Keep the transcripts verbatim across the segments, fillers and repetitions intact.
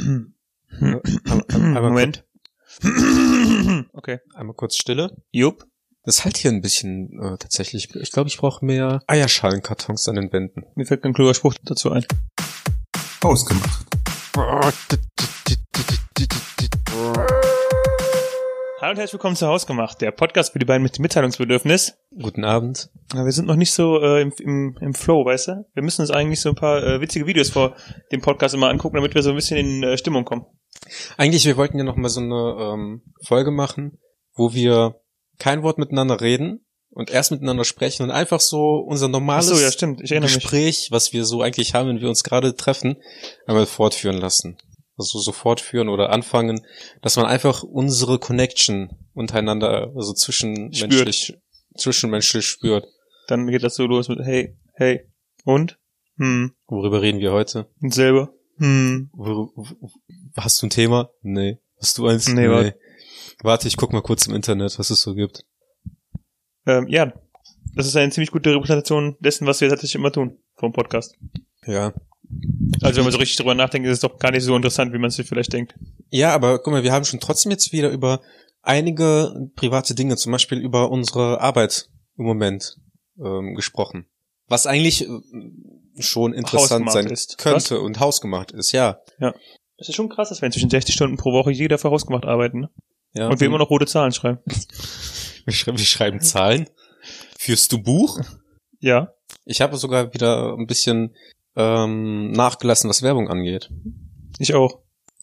Moment. Okay. Einmal kurz Stille. Jupp. Das halt hier ein bisschen äh, tatsächlich. Ich glaube, ich brauche mehr Eierschalenkartons an den Wänden. Mir fällt kein kluger Spruch dazu ein. Ausgemacht. Hallo und herzlich willkommen zu Hausgemacht, der Podcast für die beiden mit dem Mitteilungsbedürfnis. Guten Abend. Ja, wir sind noch nicht so äh, im, im, im Flow, weißt du? Wir müssen uns eigentlich so ein paar äh, witzige Videos vor dem Podcast immer angucken, damit wir so ein bisschen in äh, Stimmung kommen. Eigentlich, wir wollten ja noch mal so eine ähm, Folge machen, wo wir kein Wort miteinander reden und erst miteinander sprechen und einfach so unser normales Ach so, ja, stimmt. Ich erinnere Gespräch, mich. was wir so eigentlich haben, wenn wir uns gerade treffen, einmal fortführen lassen. Also so fortführen oder anfangen, dass man einfach unsere Connection untereinander, also zwischenmenschlich, spürt. zwischenmenschlich spürt. Dann geht das so los mit hey, hey, und? Hm. Worüber reden wir heute? Und selber? Hm. Wor- hast du ein Thema? Nee. Hast du eins? Nee, warte. Warte, ich guck mal kurz im Internet, was es so gibt. Ähm, ja, das ist eine ziemlich gute Repräsentation dessen, was wir tatsächlich immer tun vom Podcast. Ja. Also wenn man so richtig drüber nachdenkt, ist es doch gar nicht so interessant, wie man sich vielleicht denkt. Ja, aber guck mal, wir haben schon trotzdem jetzt wieder über einige private Dinge, zum Beispiel über unsere Arbeit im Moment ähm, gesprochen. Was eigentlich äh, schon interessant sein ist. könnte Was? und hausgemacht ist, ja. Ja. Es ist schon krass, dass wir inzwischen sechzig Stunden pro Woche jeder für hausgemacht arbeiten, ne? Ja. Und wir immer noch rote Zahlen schreiben. Wir schreiben, wir schreiben Zahlen. Führst du Buch? Ja. Ich habe sogar wieder ein bisschen ähm, nachgelassen, was Werbung angeht. Ich auch.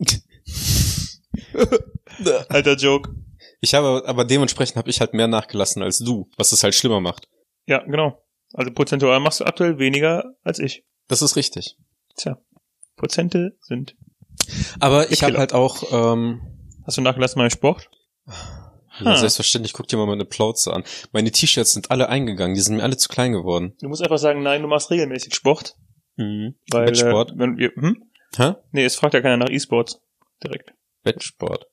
Alter Joke. Ich habe, aber dementsprechend habe ich halt mehr nachgelassen als du, was es halt schlimmer macht. Ja, genau. Also prozentual machst du aktuell weniger als ich. Das ist richtig. Tja, Prozente sind... Aber ich habe Killer. halt auch... Ähm, Hast du nachgelassen beim Sport? ja, Ah. selbstverständlich, guck dir mal meine Plauze an. Meine T-Shirts sind alle eingegangen, die sind mir alle zu klein geworden. Du musst einfach sagen, nein, du machst regelmäßig Sport. Mhm. Weil, Wettsport? Äh, wenn wir, hm? Hä? Nee, es fragt ja keiner nach E-Sports. Direkt. Wettsport.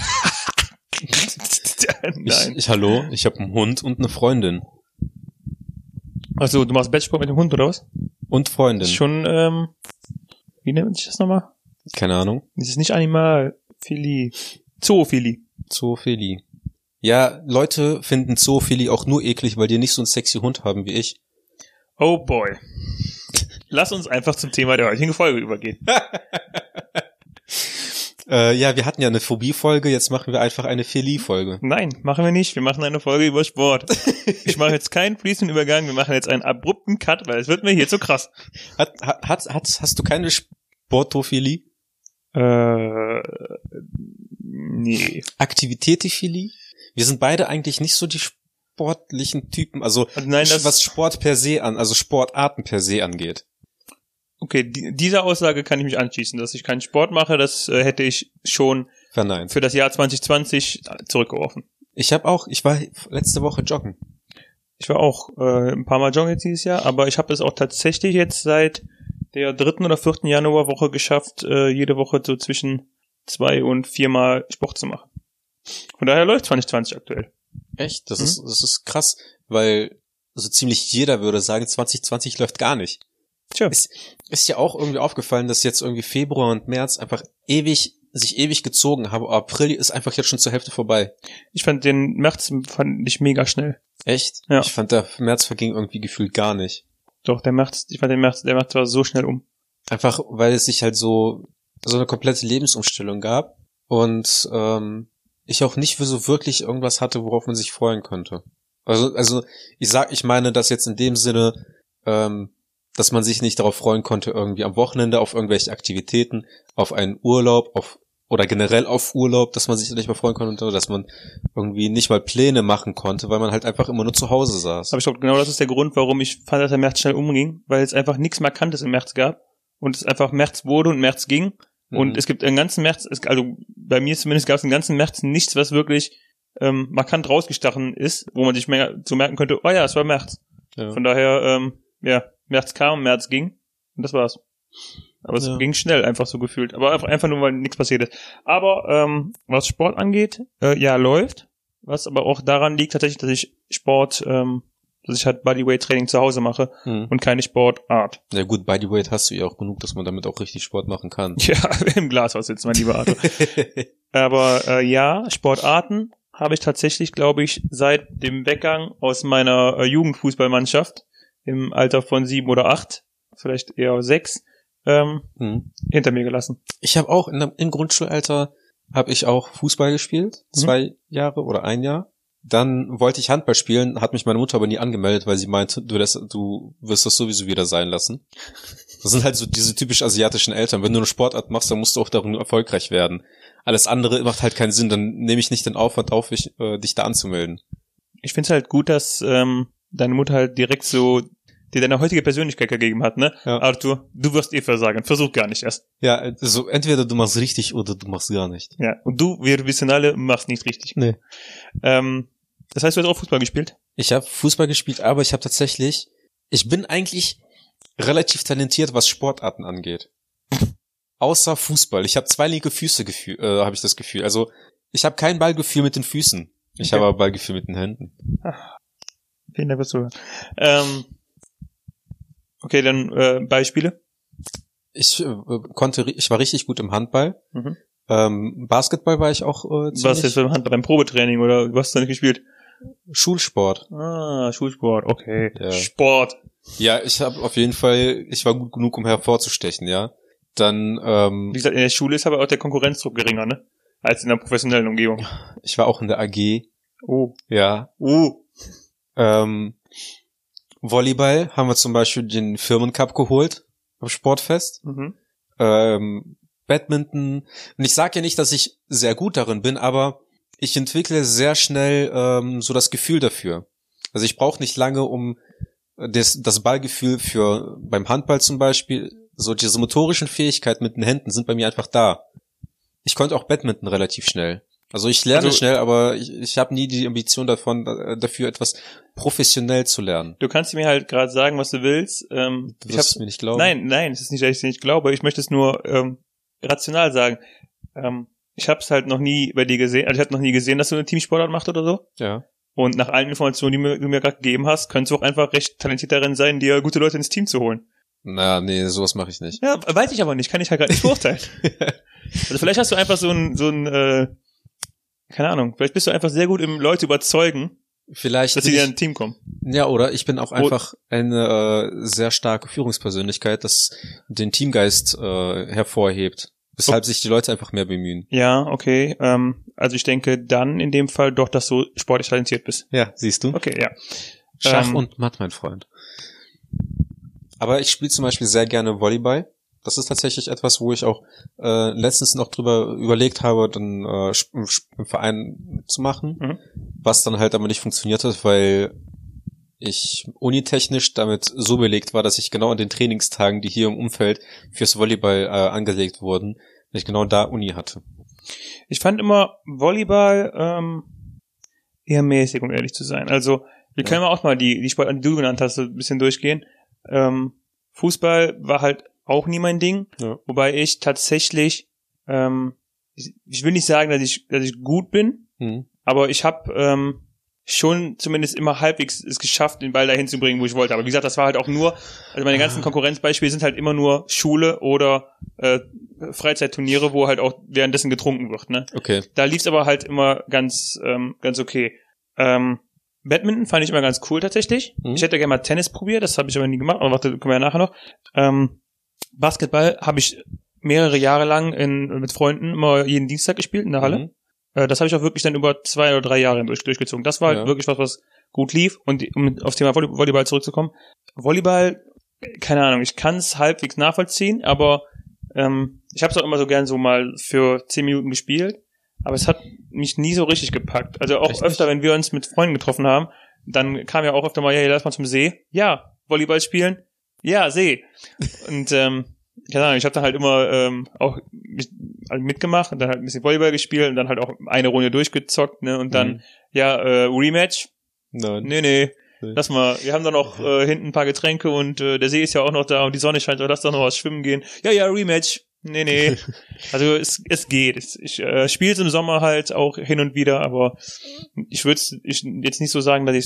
Nein. Ich, ich, hallo, ich habe einen Hund und eine Freundin. Also du machst Wettsport mit dem Hund, oder was? Und Freundin. Das ist schon, ähm, wie nennt sich das nochmal? Keine Ahnung. Das ist nicht Animalphilie. Zoophilie. Zoophilie. Ja, Leute finden Zoophilie auch nur eklig, weil die nicht so einen sexy Hund haben wie ich. Oh boy. Lass uns einfach zum Thema der heutigen Folge übergehen. äh, ja, wir hatten ja eine Phobie-Folge, jetzt machen wir einfach eine Philie-Folge. Nein, machen wir nicht. Wir machen eine Folge über Sport. Ich mache jetzt keinen fließenden Übergang. Wir machen jetzt einen abrupten Cut, weil es wird mir hier zu krass. Hat, hat, hat, hast du keine Sportophilie? Äh, nee. Aktivitätiphilie? Wir sind beide eigentlich nicht so die sportlichen Typen, also, Also nein, das, was Sport per se an, also Sportarten per se angeht. Okay, die, dieser Aussage kann ich mich anschließen, dass ich keinen Sport mache, das äh, hätte ich schon Verneint. für das Jahr zwanzig zwanzig zurückgeworfen. Ich habe auch, ich war letzte Woche joggen. Ich war auch äh, ein paar Mal joggen jetzt dieses Jahr, aber ich habe es auch tatsächlich jetzt seit der dritten oder vierten Januarwoche geschafft, äh, jede Woche so zwischen zwei und viermal Sport zu machen. Von daher läuft zwanzig zwanzig aktuell. Echt? Das Mhm. ist, das ist krass, weil so ziemlich jeder würde sagen, zwanzig zwanzig läuft gar nicht. Tja. Ist, ist ja auch irgendwie aufgefallen, dass jetzt irgendwie Februar und März einfach ewig, sich ewig gezogen haben. April ist einfach jetzt schon zur Hälfte vorbei. Ich fand den März fand ich mega schnell. Echt? Ja. Ich fand, der März verging irgendwie gefühlt gar nicht. Doch, der März, ich fand den März, der März war so schnell um. Einfach, weil es sich halt so, so eine komplette Lebensumstellung gab und ähm, ich auch nicht so wirklich irgendwas hatte, worauf man sich freuen könnte. Also, also ich sag, ich meine das jetzt in dem Sinne, ähm, dass man sich nicht darauf freuen konnte, irgendwie am Wochenende auf irgendwelche Aktivitäten, auf einen Urlaub, auf oder generell auf Urlaub, dass man sich nicht mehr freuen konnte, dass man irgendwie nicht mal Pläne machen konnte, weil man halt einfach immer nur zu Hause saß. Aber ich glaube, genau das ist der Grund, warum ich fand, dass der März schnell umging, weil es einfach nichts Markantes im März gab und es einfach März wurde und März ging. Und Mhm. es gibt einen ganzen März, es, also bei mir zumindest gab es im ganzen März nichts, was wirklich ähm, markant rausgestochen ist, wo man sich mehr, so merken könnte, oh ja, es war März. Ja. Von daher, ähm, ja, März kam, März ging und das war's. Aber es Ja. ging schnell, einfach so gefühlt. Aber einfach, einfach nur, weil nichts passiert ist. Aber ähm, was Sport angeht, äh, ja, läuft. Was aber auch daran liegt tatsächlich, dass ich Sport ähm, dass ich halt Bodyweight-Training zu Hause mache Mhm. und keine Sportart. Ja gut, Bodyweight hast du ja auch genug, dass man damit auch richtig Sport machen kann. Ja, im Glashaus sitzt mein lieber Arthur. Aber äh, ja, Sportarten habe ich tatsächlich, glaube ich, seit dem Weggang aus meiner äh, Jugendfußballmannschaft im Alter von sieben oder acht, vielleicht eher sechs, ähm, Mhm. hinter mir gelassen. Ich habe auch in der, im Grundschulalter habe ich auch Fußball gespielt, Mhm. zwei Jahre oder ein Jahr. Dann wollte ich Handball spielen, hat mich meine Mutter aber nie angemeldet, weil sie meinte, du, das, du wirst das sowieso wieder sein lassen. Das sind halt so diese typisch asiatischen Eltern. Wenn du eine Sportart machst, dann musst du auch darin erfolgreich werden. Alles andere macht halt keinen Sinn, dann nehme ich nicht den Aufwand auf, mich, äh, dich da anzumelden. Ich finde es halt gut, dass ähm, deine Mutter halt direkt so dir deine heutige Persönlichkeit gegeben hat, ne? Ja. Arthur, du wirst eh versagen, versuch gar nicht erst. Ja, also entweder du machst richtig oder du machst gar nicht. Ja, und du, wir wissen alle, machst nicht richtig. Nee. Ähm, das heißt, du hast auch Fußball gespielt? Ich habe Fußball gespielt, aber ich habe tatsächlich, ich bin eigentlich relativ talentiert, was Sportarten angeht. Außer Fußball. Ich habe zwei linke Füße, gefühl, äh, habe ich das Gefühl. Also ich habe kein Ballgefühl mit den Füßen. Ich Okay. habe aber Ballgefühl mit den Händen. Vielen Dank fürs Zuhören. Ähm, okay, dann äh, Beispiele. Ich äh, konnte, ri- ich war richtig gut im Handball. Mhm. Ähm, Basketball war ich auch äh, Was ziemlich. jetzt beim Handball, beim Probetraining oder was hast du nicht gespielt? Schulsport. Ah, Schulsport, okay. Ja. Sport. Ja, ich habe auf jeden Fall, ich war gut genug, um hervorzustechen, ja. Dann, ähm, Wie gesagt, in der Schule ist aber auch der Konkurrenzdruck geringer, ne? Als in der professionellen Umgebung. ich war auch in der A G, Oh. ja. Uh. Ähm, Volleyball haben wir zum Beispiel den Firmencup geholt am Sportfest. Mhm. Ähm, Badminton. Und ich sage ja nicht, dass ich sehr gut darin bin, aber ich entwickle sehr schnell ähm, so das Gefühl dafür. Also ich brauche nicht lange, um das, das Ballgefühl für beim Handball zum Beispiel, so diese motorischen Fähigkeiten mit den Händen sind bei mir einfach da. Ich konnte auch Badminton relativ schnell. Also ich lerne Also- schnell, aber ich, ich habe nie die Ambition davon, äh, dafür etwas professionell zu lernen. Du kannst mir halt gerade sagen, was du willst. Ähm, Du ich wirst hab's, es mir nicht glauben. Nein, nein, es ist nicht, dass ich es nicht glaube. Ich möchte es nur ähm, rational sagen. Ähm, ich habe es halt noch nie bei dir gesehen. Also ich habe noch nie gesehen, dass du eine Teamsportart machst oder so. Ja. Und nach allen Informationen, die mir, du mir gerade gegeben hast, könntest du auch einfach recht talentiert darin sein, dir gute Leute ins Team zu holen. Na, nee, sowas mache ich nicht. Ja, weiß ich aber nicht. Kann ich halt gerade nicht beurteilen. Also vielleicht hast du einfach so ein, so ein, äh, keine Ahnung, vielleicht bist du einfach sehr gut im Leute überzeugen, Vielleicht dass bin sie in ich, ein Team kommen. ja, oder ich bin auch einfach eine äh, sehr starke Führungspersönlichkeit, das den Teamgeist äh, hervorhebt, weshalb sich die Leute einfach mehr bemühen. Ja, okay. Ähm, also ich denke dann in dem Fall doch, dass du sportlich talentiert bist. Ja, siehst du? Okay, ja. Schach Ähm, und Matt, mein Freund. Aber ich spiele zum Beispiel sehr gerne Volleyball. Das ist tatsächlich etwas, wo ich auch äh, letztens noch drüber überlegt habe, dann äh, im im Verein zu machen, Mhm. was dann halt aber nicht funktioniert hat, weil ich unitechnisch damit so belegt war, dass ich genau an den Trainingstagen, die hier im Umfeld fürs Volleyball äh, angelegt wurden, dass ich genau da Uni hatte. Ich fand immer Volleyball ähm, eher mäßig, um ehrlich zu sein. Also wir Ja. können auch mal die, die Sportarten, die du genannt hast, so ein bisschen durchgehen. Ähm, Fußball war halt auch nie mein Ding, Ja. wobei ich tatsächlich, ähm, ich, ich will nicht sagen, dass ich, dass ich gut bin, Hm. aber ich habe ähm, schon zumindest immer halbwegs es geschafft, den Ball dahin zu bringen, wo ich wollte. Aber wie gesagt, das war halt auch nur, also meine ganzen Konkurrenzbeispiele sind halt immer nur Schule oder äh, Freizeitturniere, wo halt auch währenddessen getrunken wird, ne? Okay. Da lief's aber halt immer ganz, ähm, ganz okay. Ähm, Badminton fand ich immer ganz cool tatsächlich. Mhm. Ich hätte gerne mal Tennis probiert, das habe ich aber nie gemacht, aber warte, kommen wir ja nachher noch. Ähm, Basketball habe ich mehrere Jahre lang in, mit Freunden immer jeden Dienstag gespielt in der Halle. Mhm. Äh, das habe ich auch wirklich dann über zwei oder drei Jahre durch, durchgezogen. Das war halt Ja. wirklich was, was gut lief. Und die, um aufs Thema Volley- Volleyball zurückzukommen. Volleyball, keine Ahnung, ich kann es halbwegs nachvollziehen, aber ähm, ich habe es auch immer so gern so mal für zehn Minuten gespielt. Aber es hat mich nie so richtig gepackt. Also auch Echt öfter, nicht? wenn wir uns mit Freunden getroffen haben, dann kam ja auch öfter mal, ja, hier lass mal zum See. Ja, Volleyball spielen. Ja, See. Und ähm, keine Ahnung, ich habe dann halt immer ähm, auch mich, halt mitgemacht und dann halt ein bisschen Volleyball gespielt und dann halt auch eine Runde durchgezockt, ne? Und dann, Mhm. ja, äh, Rematch. Nein. Nee, nee. Nee. Lass mal, wir haben da noch äh, hinten ein paar Getränke und äh, der See ist ja auch noch da und die Sonne scheint, lass doch noch was schwimmen gehen. Ja, ja, Rematch. Nee, nee. Also es, es geht. Es, ich äh, spiele es im Sommer halt auch hin und wieder, aber ich würde ich jetzt nicht so sagen, dass ich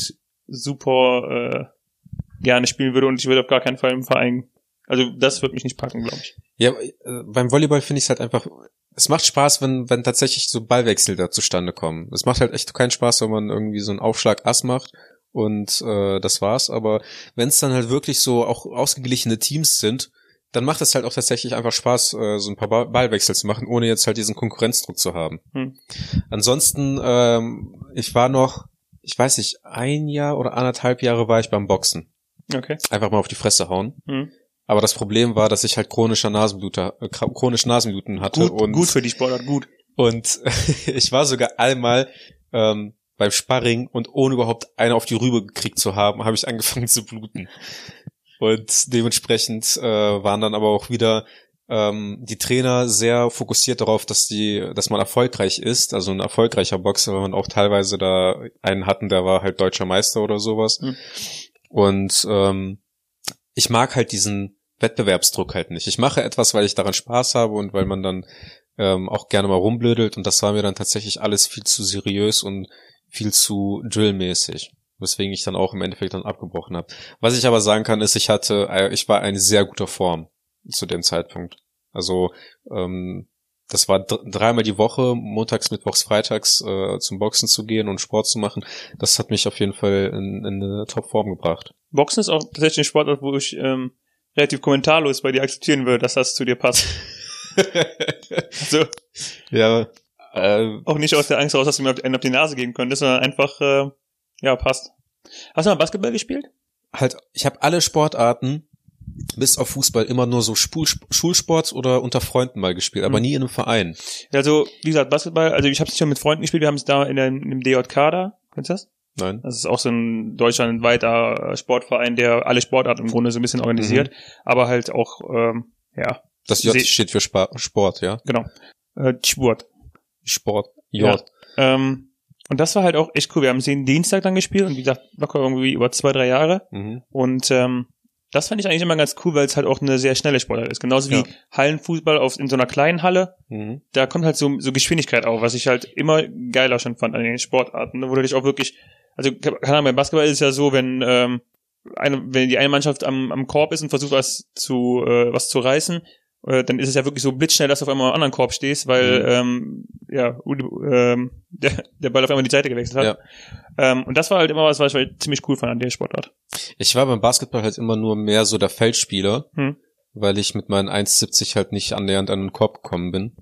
super äh, gerne spielen würde und ich würde auf gar keinen Fall im Verein, also das würde mich nicht packen, glaube ich. Ja, äh, beim Volleyball finde ich es halt einfach, es macht Spaß, wenn wenn tatsächlich so Ballwechsel da zustande kommen. Es macht halt echt keinen Spaß, wenn man irgendwie so einen Aufschlag Ass macht und äh, das war's, aber wenn es dann halt wirklich so auch ausgeglichene Teams sind, dann macht es halt auch tatsächlich einfach Spaß, äh, so ein paar Ball- Ballwechsel zu machen, ohne jetzt halt diesen Konkurrenzdruck zu haben. Hm. Ansonsten, ähm, ich war noch, ich weiß nicht, ein Jahr oder anderthalb Jahre war ich beim Boxen. Okay. Einfach mal auf die Fresse hauen. Hm. Aber das Problem war, dass ich halt chronischer Nasenbluter, äh, chronisch Nasenbluten hatte. Gut, und gut für die Sportart, gut. Und ich war sogar einmal ähm, beim Sparring und ohne überhaupt eine auf die Rübe gekriegt zu haben, habe ich angefangen zu bluten. Und dementsprechend äh, waren dann aber auch wieder ähm, die Trainer sehr fokussiert darauf, dass die, dass man erfolgreich ist, also ein erfolgreicher Boxer, weil man auch teilweise da einen hatten, der war halt deutscher Meister oder sowas. Mhm. Und ähm, ich mag halt diesen Wettbewerbsdruck halt nicht. Ich mache etwas, weil ich daran Spaß habe und weil man dann ähm, auch gerne mal rumblödelt und das war mir dann tatsächlich alles viel zu seriös und viel zu drillmäßig. Weswegen ich dann auch im Endeffekt dann abgebrochen habe. Was ich aber sagen kann, ist, ich hatte, ich war in sehr guter Form zu dem Zeitpunkt. Also ähm, das war d- dreimal die Woche, montags, mittwochs, freitags äh, zum Boxen zu gehen und Sport zu machen. Das hat mich auf jeden Fall in, in eine Top-Form gebracht. Boxen ist auch tatsächlich ein Sportart, wo ich ähm, relativ kommentarlos bei dir akzeptieren würde, dass das zu dir passt. Also, ja, äh, auch nicht aus der Angst raus, dass du mir einen auf die Nase geben könntest, sondern einfach äh, ja, passt. Hast du mal Basketball gespielt? Halt, ich habe alle Sportarten bis auf Fußball immer nur so Spul- Schulsport oder unter Freunden mal gespielt, aber mhm. nie in einem Verein. Ja, also, wie gesagt, Basketball, also ich habe es schon mit Freunden gespielt, wir haben es da in dem, in dem D J K da, kennst du das? Nein. Das ist auch so ein deutschlandweiter Sportverein, der alle Sportarten im Grunde so ein bisschen organisiert, mhm. aber halt auch, ähm, ja. Das J steht für Sp- Sport, ja? Genau. Äh, Sport. Sport. J. Ja. Ähm, Und das war halt auch echt cool. Wir haben es jeden Dienstag dann gespielt und wie gesagt, locker irgendwie über zwei, drei Jahre. Mhm. Und ähm, das fand ich eigentlich immer ganz cool, weil es halt auch eine sehr schnelle Sportart ist. Genauso wie ja. Hallenfußball auf, in so einer kleinen Halle. Mhm. Da kommt halt so, so Geschwindigkeit auf, was ich halt immer geiler schon fand an den Sportarten. Wo du dich auch wirklich, also keine Ahnung, beim Basketball ist es ja so, wenn ähm, eine, wenn die eine Mannschaft am, am Korb ist und versucht was zu äh, was zu reißen, dann ist es ja wirklich so blitzschnell, dass du auf einmal am anderen Korb stehst, weil mhm. ähm, ja ähm, der, der Ball auf einmal die Seite gewechselt hat. Ja. Ähm, und das war halt immer was, was ich halt ziemlich cool fand an der Sportart. Ich war beim Basketball halt immer nur mehr so der Feldspieler, hm. weil ich mit meinen eins siebzig halt nicht annähernd an den Korb gekommen bin.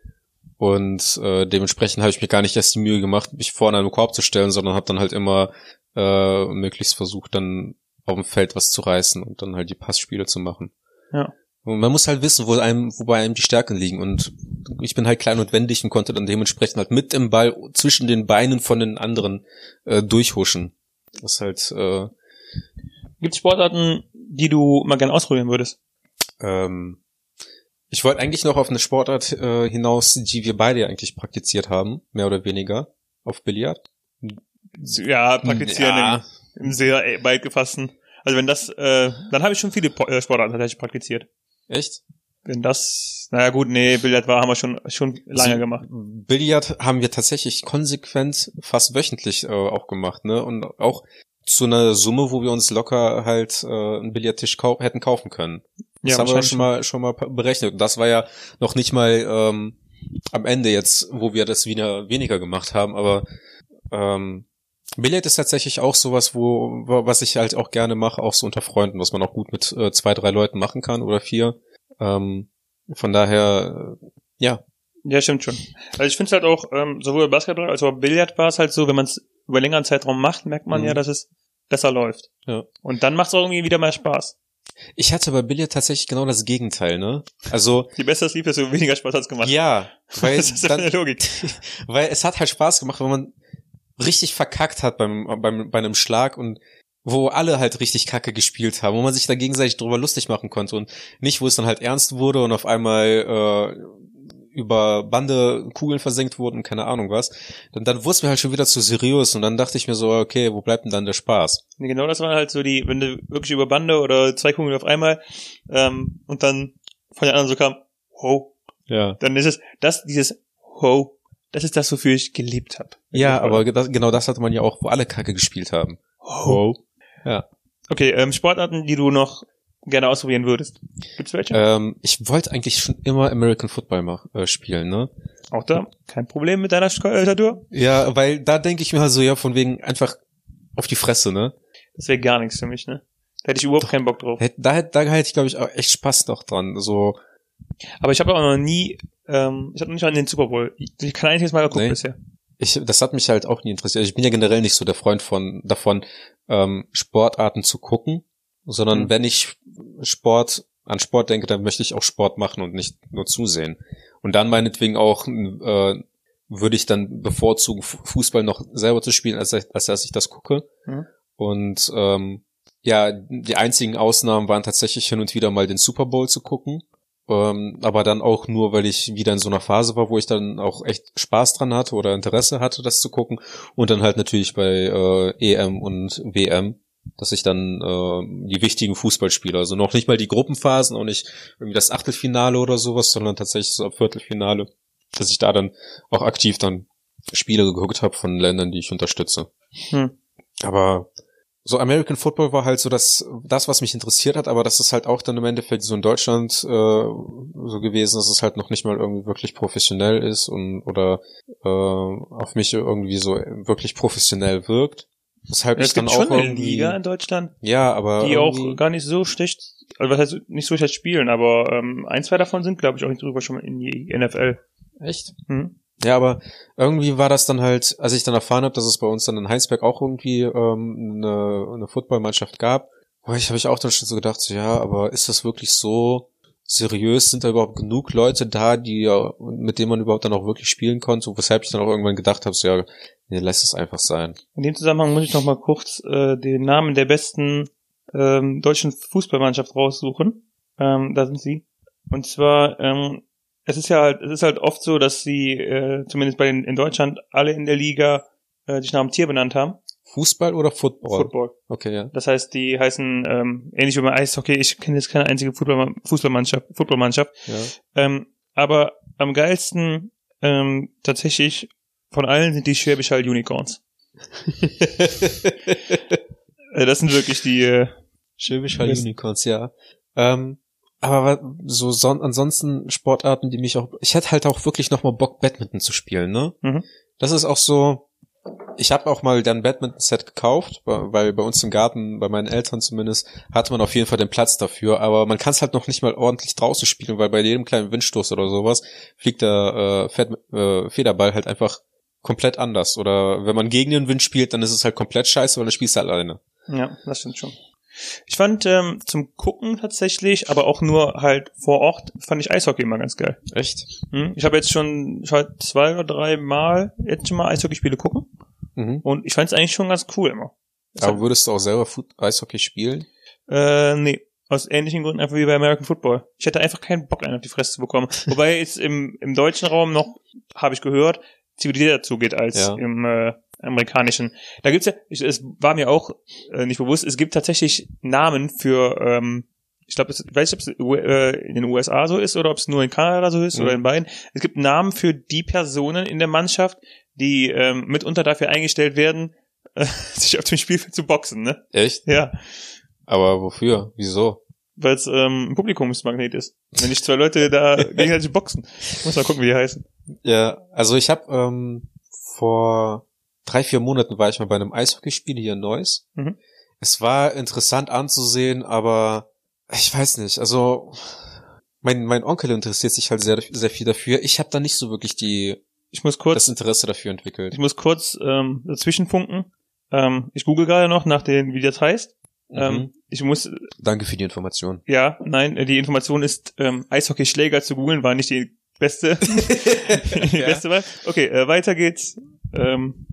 Und äh, dementsprechend habe ich mir gar nicht erst die Mühe gemacht, mich vorne an den Korb zu stellen, sondern habe dann halt immer äh, möglichst versucht, dann auf dem Feld was zu reißen und dann halt die Passspiele zu machen. Ja. Und man muss halt wissen, wo einem, wo bei einem die Stärken liegen. Und ich bin halt klein und wendig und konnte dann dementsprechend halt mit dem Ball zwischen den Beinen von den anderen äh, durchhuschen. Das ist halt. Äh, Gibt es Sportarten, die du mal gerne ausprobieren würdest? Ähm, ich wollte eigentlich noch auf eine Sportart äh, hinaus, die wir beide eigentlich praktiziert haben, mehr oder weniger, auf Billard. Ja, praktizieren ja. Im, im sehr weit gefassten. Also wenn das, äh, dann habe ich schon viele Sportarten tatsächlich praktiziert. Echt? Wenn das, naja gut, nee, Billard war, haben wir schon schon lange also, gemacht. Billard haben wir tatsächlich konsequent fast wöchentlich äh, auch gemacht, ne? Und auch zu einer Summe, wo wir uns locker halt äh, einen Billardtisch kau- hätten kaufen können. Das ja, haben wir schon mal schon mal berechnet. Und das war ja noch nicht mal ähm, am Ende jetzt, wo wir das wieder weniger gemacht haben, aber ähm, Billard ist tatsächlich auch sowas, wo was ich halt auch gerne mache, auch so unter Freunden, was man auch gut mit äh, zwei, drei Leuten machen kann oder vier. Ähm, von daher, äh, ja. Ja, stimmt schon. Also ich finde es halt auch, ähm, sowohl Basketball als auch Billard war es halt so, wenn man es über längeren Zeitraum macht, merkt man mhm. ja, dass es besser läuft. Ja. Und dann macht es auch irgendwie wieder mehr Spaß. Ich hatte bei Billard tatsächlich genau das Gegenteil, ne? Also je besser es lief, desto weniger Spaß hat's gemacht. Ja, weil das ist dann, eine Logik. Weil es hat halt Spaß gemacht, wenn man richtig verkackt hat beim, beim bei einem Schlag und wo alle halt richtig Kacke gespielt haben, wo man sich da gegenseitig drüber lustig machen konnte und nicht, wo es dann halt ernst wurde und auf einmal äh, über Bande Kugeln versenkt wurden, keine Ahnung was. Dann, dann wurde es mir halt schon wieder zu seriös und dann dachte ich mir so, okay, wo bleibt denn dann der Spaß? Ja, genau, das waren halt so die, wenn du wirklich über Bande oder zwei Kugeln auf einmal ähm, und dann von den anderen so kam, ho, ja. Dann ist es, das, dieses ho, das ist das, wofür ich gelebt habe. Ja, aber das, genau das hatte man ja auch, wo alle Kacke gespielt haben. Wow. Ja. Okay, ähm, Sportarten, die du noch gerne ausprobieren würdest. Gibt's welche? Ähm, ich wollte eigentlich schon immer American Football mach, äh, spielen, ne? Auch da kein Problem mit deiner Statur? Ja, weil da denke ich mir halt so, ja, von wegen einfach auf die Fresse, ne? Das wäre gar nichts für mich, ne? Da hätte ich überhaupt Doch, keinen Bock drauf. Hätt, da hätte da hätte ich, glaube ich, auch echt Spaß noch dran. So. Aber ich habe auch noch nie, ähm, ich habe noch nicht mal in den Super Bowl. Ich kann einziges Mal geguckt nee. bisher. Ich, das hat mich halt auch nie interessiert. Ich bin ja generell nicht so der Freund von davon, ähm, Sportarten zu gucken, sondern mhm. wenn ich Sport an Sport denke, dann möchte ich auch Sport machen und nicht nur zusehen. Und dann meinetwegen auch äh, würde ich dann bevorzugen, Fußball noch selber zu spielen, als, als dass ich das gucke. Mhm. Und ähm, ja, die einzigen Ausnahmen waren tatsächlich hin und wieder mal den Super Bowl zu gucken. Ähm, aber dann auch nur, weil ich wieder in so einer Phase war, wo ich dann auch echt Spaß dran hatte oder Interesse hatte, das zu gucken. Und dann halt natürlich bei äh, E M und W M, dass ich dann äh, die wichtigen Fußballspiele, also noch nicht mal die Gruppenphasen, auch nicht irgendwie das Achtelfinale oder sowas, sondern tatsächlich so ab Viertelfinale, dass ich da dann auch aktiv dann Spiele geguckt habe von Ländern, die ich unterstütze. Hm. Aber so American Football war halt so das, das, was mich interessiert hat, aber das ist halt auch dann im Endeffekt so in Deutschland äh, so gewesen, dass es halt noch nicht mal irgendwie wirklich professionell ist und oder äh, auf mich irgendwie so wirklich professionell wirkt. Weshalb es ich dann gibt auch schon eine irgendwie, Liga in Deutschland, ja, aber die auch gar nicht so schlecht, also was heißt nicht so schlecht spielen, aber ähm, ein, zwei davon sind, glaube ich, auch drüber schon mal in die N F L. Echt? Hm? Ja, aber irgendwie war das dann halt, als ich dann erfahren habe, dass es bei uns dann in Heinsberg auch irgendwie ähm, eine, eine Footballmannschaft gab, habe ich, hab ich auch dann schon so gedacht, so, ja, aber ist das wirklich so seriös? Sind da überhaupt genug Leute da, die mit denen man überhaupt dann auch wirklich spielen konnte? Weshalb ich dann auch irgendwann gedacht habe, so, ja, nee, lass es einfach sein. In dem Zusammenhang muss ich noch mal kurz äh, den Namen der besten ähm, deutschen Fußballmannschaft raussuchen. Ähm, da sind sie. Und zwar ähm, Es ist ja halt, es ist halt oft so, dass sie, äh, zumindest bei den, in Deutschland, alle in der Liga äh, sich nach einem Tier benannt haben. Fußball oder Football? Football. Okay, ja. Das heißt, die heißen, ähm, ähnlich wie beim Eishockey, ich kenne jetzt keine einzige Fußball- Fußballmannschaft, Footballmannschaft. Ja. Ähm, aber am geilsten ähm, tatsächlich von allen sind die Schwäbisch Hall Unicorns. äh, das sind wirklich die äh, Schwäbisch Hall Unicorns, ja. Ähm, Aber so son- ansonsten Sportarten, die mich auch... Ich hätte halt auch wirklich nochmal Bock, Badminton zu spielen, ne? Mhm. Das ist auch so... Ich habe auch mal dann Badminton-Set gekauft, weil bei uns im Garten, bei meinen Eltern zumindest, hatte man auf jeden Fall den Platz dafür. Aber man kann es halt noch nicht mal ordentlich draußen spielen, weil bei jedem kleinen Windstoß oder sowas fliegt der äh, Fed- äh, Federball halt einfach komplett anders. Oder wenn man gegen den Wind spielt, dann ist es halt komplett scheiße, weil dann spielst du halt alleine. Ja, das stimmt schon. Ich fand ähm, zum Gucken tatsächlich, aber auch nur halt vor Ort, fand ich Eishockey immer ganz geil. Echt? Hm? Ich habe jetzt schon schon zwei oder drei Mal jetzt schon mal Eishockeyspiele gucken mhm. und ich fand es eigentlich schon ganz cool immer. Das aber würdest du auch selber Foot- Eishockey spielen? Äh, nee. Aus ähnlichen Gründen einfach wie bei American Football. Ich hätte einfach keinen Bock, einen auf die Fresse zu bekommen. Wobei es im, im deutschen Raum noch, habe ich gehört, zivilisierter zugeht als ja. im äh, amerikanischen. Da gibt's ja, ich, es war mir auch äh, nicht bewusst, es gibt tatsächlich Namen für, ähm, ich glaube, ich weiß nicht, ob es äh, in den U S A so ist oder ob es nur in Kanada so ist mhm. oder in beiden. Es gibt Namen für die Personen in der Mannschaft, die ähm, mitunter dafür eingestellt werden, äh, sich auf dem Spielfeld zu boxen, ne? Echt? Ja. Aber wofür? Wieso? Weil es ähm, ein Publikumsmagnet ist. Wenn nicht zwei Leute da gegenseitig boxen. Muss mal gucken, wie die heißen. Ja, also ich habe ähm, vor drei, vier Monaten war ich mal bei einem Eishockeyspiel hier in Neuss. Mhm. Es war interessant anzusehen, aber ich weiß nicht, also mein mein Onkel interessiert sich halt sehr sehr viel dafür. Ich habe da nicht so wirklich die ich muss kurz das Interesse dafür entwickelt. Ich muss kurz ähm, dazwischen funken. Ähm, ich google gerade noch nach den, wie das heißt. Mhm. Ähm, ich muss. Danke für die Information. Ja, nein, die Information ist ähm, Eishockeyschläger zu googeln war nicht die beste die ja. beste Wahl. Okay, äh, weiter geht's. Ähm,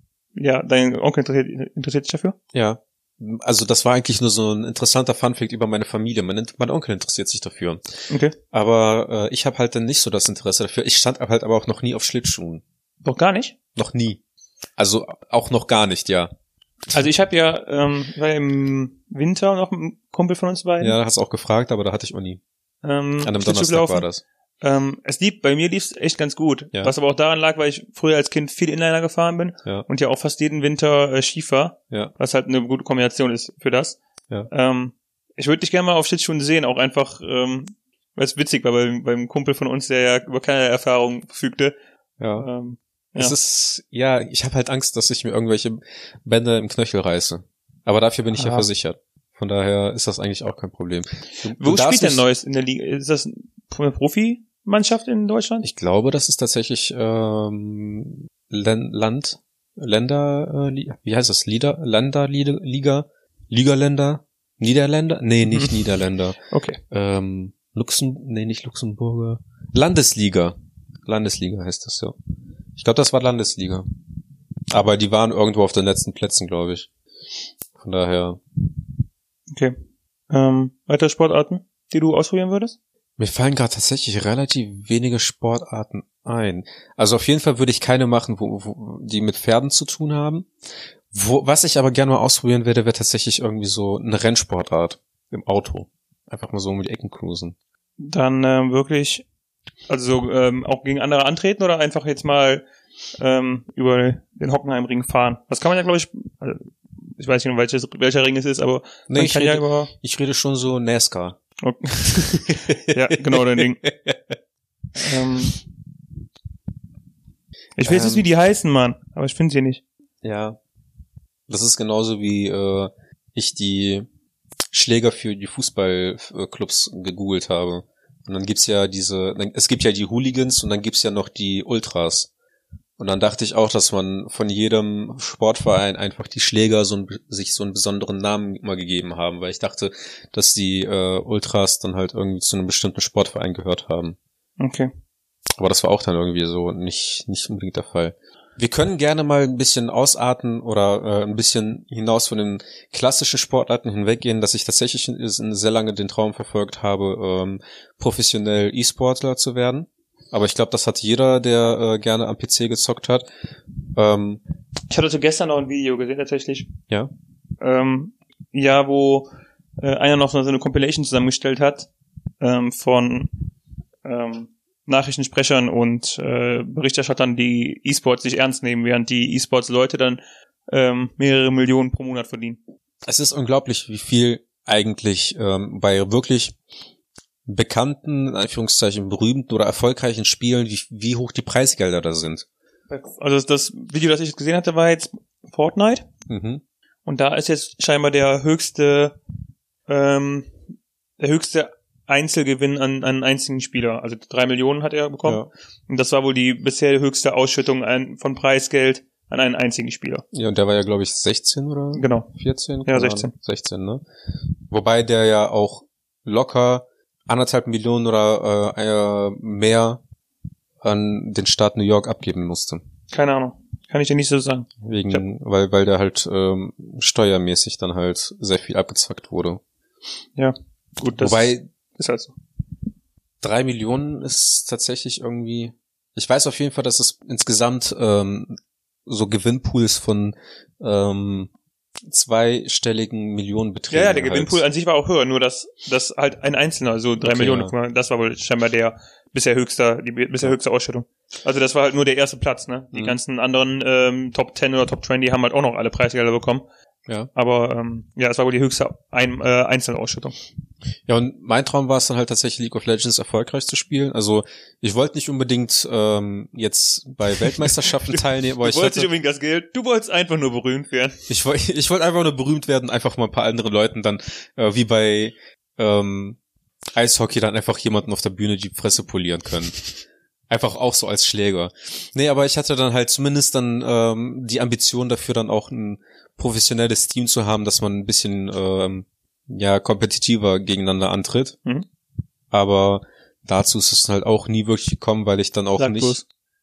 ja, dein Onkel interessiert, interessiert sich dafür? Ja. Also das war eigentlich nur so ein interessanter Funfact über meine Familie. Mein, mein Onkel interessiert sich dafür. Okay. Aber äh, ich habe halt dann nicht so das Interesse dafür. Ich stand halt aber auch noch nie auf Schlittschuhen. Noch gar nicht? Noch nie. Also auch noch gar nicht, ja. Also ich habe ja, ähm, ich war im Winter noch ein Kumpel von uns beiden. Ja, da hast du auch gefragt, aber da hatte ich auch nie. Ähm, An einem Donnerstag war das. Ähm, es lief, bei mir lief es echt ganz gut. Ja. Was aber auch daran lag, weil ich früher als Kind viel Inliner gefahren bin Ja. und ja auch fast jeden Winter äh, Ski fahr, Ja. was halt eine gute Kombination ist für das. Ja. Ähm, ich würde dich gerne mal auf Schlittschuhen sehen, auch einfach, ähm, weil es witzig war beim, beim Kumpel von uns, der ja über keine Erfahrung verfügte. Ja. Ähm, Es ja. ist, ja, ich habe halt Angst, dass ich mir irgendwelche Bänder im Knöchel reiße. Aber dafür bin ich ja Ah. versichert. Von daher ist das eigentlich auch kein Problem. Du, Wo du darfst spielt denn nicht- Neues in der Liga? Ist das eine Profimannschaft in Deutschland? Ich glaube, das ist tatsächlich ähm, Len- Land, Länder, äh, Li- wie heißt das? Lieder, Länder, Liga, Liga, Ligaländer, Niederländer? Nee, nicht Mhm. Niederländer. Okay. Ähm, Luxem, nee, nicht Luxemburger. Landesliga. Landesliga heißt das, ja. Ich glaube, das war Landesliga. Aber die waren irgendwo auf den letzten Plätzen, glaube ich. Von daher. Okay. Ähm, weitere Sportarten, die du ausprobieren würdest? Mir fallen gerade tatsächlich relativ wenige Sportarten ein. Also auf jeden Fall würde ich keine machen, wo, wo die mit Pferden zu tun haben. Wo, was ich aber gerne mal ausprobieren werde, wäre tatsächlich irgendwie so eine Rennsportart im Auto. Einfach mal so um die Ecken cruisen. Dann ähm, wirklich, also ähm, auch gegen andere antreten oder einfach jetzt mal ähm, über den Hockenheimring fahren? Das kann man ja, glaube ich, also, ich weiß nicht, welches, welcher Ring es ist, aber Nee, man ich kann rede, ja über... ich rede schon so NASCAR. Okay. Ja, genau, dein Ding. ähm, ich weiß Ähm. nicht, wie die heißen, Mann, aber ich finde sie nicht. Ja. Das ist genauso wie äh, ich die Schläger für die Fußballclubs gegoogelt habe. Und dann gibt's ja diese, es gibt ja die Hooligans und dann gibt's ja noch die Ultras. Und dann dachte ich auch, dass man von jedem Sportverein einfach die Schläger so ein, sich so einen besonderen Namen immer gegeben haben, weil ich dachte, dass die äh, Ultras dann halt irgendwie zu einem bestimmten Sportverein gehört haben. Okay. Aber das war auch dann irgendwie so nicht nicht unbedingt der Fall. Wir können gerne mal ein bisschen ausarten oder äh, ein bisschen hinaus von den klassischen Sportarten hinweggehen, dass ich tatsächlich sehr lange den Traum verfolgt habe, ähm, professionell E-Sportler zu werden. Aber ich glaube, das hat jeder, der äh, gerne am P C gezockt hat. Ähm, Ich hatte gestern noch ein Video gesehen, tatsächlich. ja. Ähm, ja, wo äh, einer noch so eine Compilation zusammengestellt hat ähm, von ähm, Nachrichtensprechern und äh, Berichterstattern, die E-Sports nicht ernst nehmen, während die E-Sports-Leute dann ähm, mehrere Millionen pro Monat verdienen. Es ist unglaublich, wie viel eigentlich ähm, bei wirklich bekannten, in Anführungszeichen berühmten oder erfolgreichen Spielen, wie, wie hoch die Preisgelder da sind. Also das Video, das ich jetzt gesehen hatte, war jetzt Fortnite. Mhm. Und da ist jetzt scheinbar der höchste ähm, der höchste Einzelgewinn an, an einen einzigen Spieler. Also drei Millionen hat er bekommen. Ja. Und das war wohl die bisher höchste Ausschüttung an, von Preisgeld an einen einzigen Spieler. Ja, und der war ja, glaube ich, sechzehn oder Genau. vierzehn? Ja, Keine sechzehn. Ahnung. sechzehn, ne? Wobei der ja auch locker anderthalb Millionen oder äh, äh, mehr an den Staat New York abgeben musste. Keine Ahnung. Kann ich dir nicht so sagen. Wegen, weil, weil der halt ähm, steuermäßig dann halt sehr viel abgezwackt wurde. Ja. Gut, das Wobei ist halt so. drei Millionen ist tatsächlich irgendwie, ich weiß auf jeden Fall, dass es insgesamt ähm, so Gewinnpools von ähm, zweistelligen Millionenbeträgen. Ja, ja, der halt. Gewinnpool an sich war auch höher, nur dass das halt ein Einzelner, also drei Okay, Millionen, ja. guck mal, das war wohl scheinbar der bisher höchste, die bisher Ja. höchste Ausschüttung. Also das war halt nur der erste Platz, ne? Die Mhm. ganzen anderen ähm, Top zehn oder Top zwanzig haben halt auch noch alle Preisgelder bekommen. Ja. Aber ähm, ja, es war wohl die höchste ein, äh, Einzelausschüttung. Ja, und mein Traum war es dann halt tatsächlich, League of Legends erfolgreich zu spielen. Also ich wollte nicht unbedingt ähm, jetzt bei Weltmeisterschaften teilnehmen, aber Du ich wolltest nicht hatte, unbedingt das Geld, du wolltest einfach nur berühmt werden. ich wollte ich wollte einfach nur berühmt werden, einfach mal ein paar andere Leuten dann, äh, wie bei ähm, Eishockey, dann einfach jemanden auf der Bühne die Fresse polieren können. Einfach auch so als Schläger. Nee, aber ich hatte dann halt zumindest dann ähm, die Ambition dafür, dann auch ein professionelles Team zu haben, dass man ein bisschen ähm, ja kompetitiver gegeneinander antritt. Mhm. Aber dazu ist es halt auch nie wirklich gekommen, weil ich dann auch Sag nicht... bloß.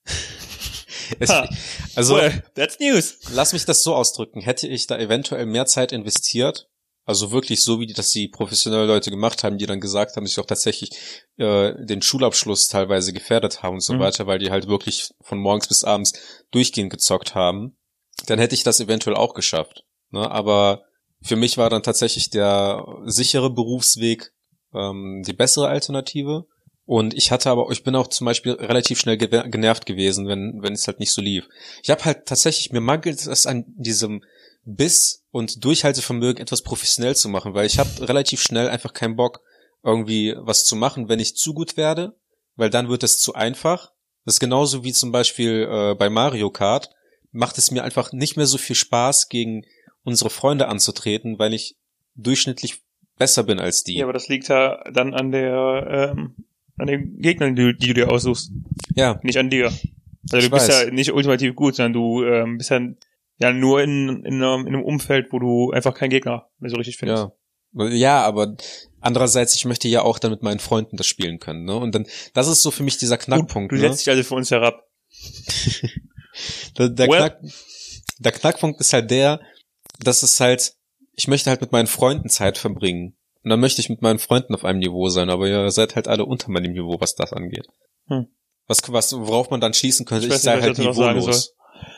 es, Ha. also Well, that's news. lass mich das so ausdrücken. Hätte ich da eventuell mehr Zeit investiert, also wirklich so, wie das die professionellen Leute gemacht haben, die dann gesagt haben, dass sie auch tatsächlich äh, den Schulabschluss teilweise gefährdet haben und so Mhm. weiter, weil die halt wirklich von morgens bis abends durchgehend gezockt haben, dann hätte ich das eventuell auch geschafft. Ne? Aber für mich war dann tatsächlich der sichere Berufsweg ähm, die bessere Alternative. Und ich hatte aber, ich bin auch zum Beispiel relativ schnell ge- genervt gewesen, wenn wenn es halt nicht so lief. Ich habe halt tatsächlich, mir mangelt es an diesem Biss und Durchhaltevermögen, etwas professionell zu machen, weil ich habe relativ schnell einfach keinen Bock, irgendwie was zu machen, wenn ich zu gut werde, weil dann wird es zu einfach. Das ist genauso wie zum Beispiel äh, bei Mario Kart, macht es mir einfach nicht mehr so viel Spaß, gegen unsere Freunde anzutreten, weil ich durchschnittlich besser bin als die. Ja, aber das liegt ja dann an der ähm, an den Gegnern, die, die du dir aussuchst. Ja. Nicht an dir. Also Ich du bist weiß. ja nicht ultimativ gut, sondern du ähm, bist ja, ja nur in, in, einem, in einem Umfeld, wo du einfach keinen Gegner mehr so richtig findest. Ja. Ja, aber andererseits, ich möchte ja auch dann mit meinen Freunden das spielen können, ne? Und dann, das ist so für mich dieser Knackpunkt. Du, du ne? setzt dich also für uns herab. der, der, Well. Knack, der Knackpunkt ist halt der, dass es halt, ich möchte halt mit meinen Freunden Zeit verbringen. Und dann möchte ich mit meinen Freunden auf einem Niveau sein, aber ihr seid halt alle unter meinem Niveau, was das angeht. Hm. Was, was, worauf man dann schließen könnte, Ich ich, weiß sei nicht, halt was ich dazu noch niveaulos.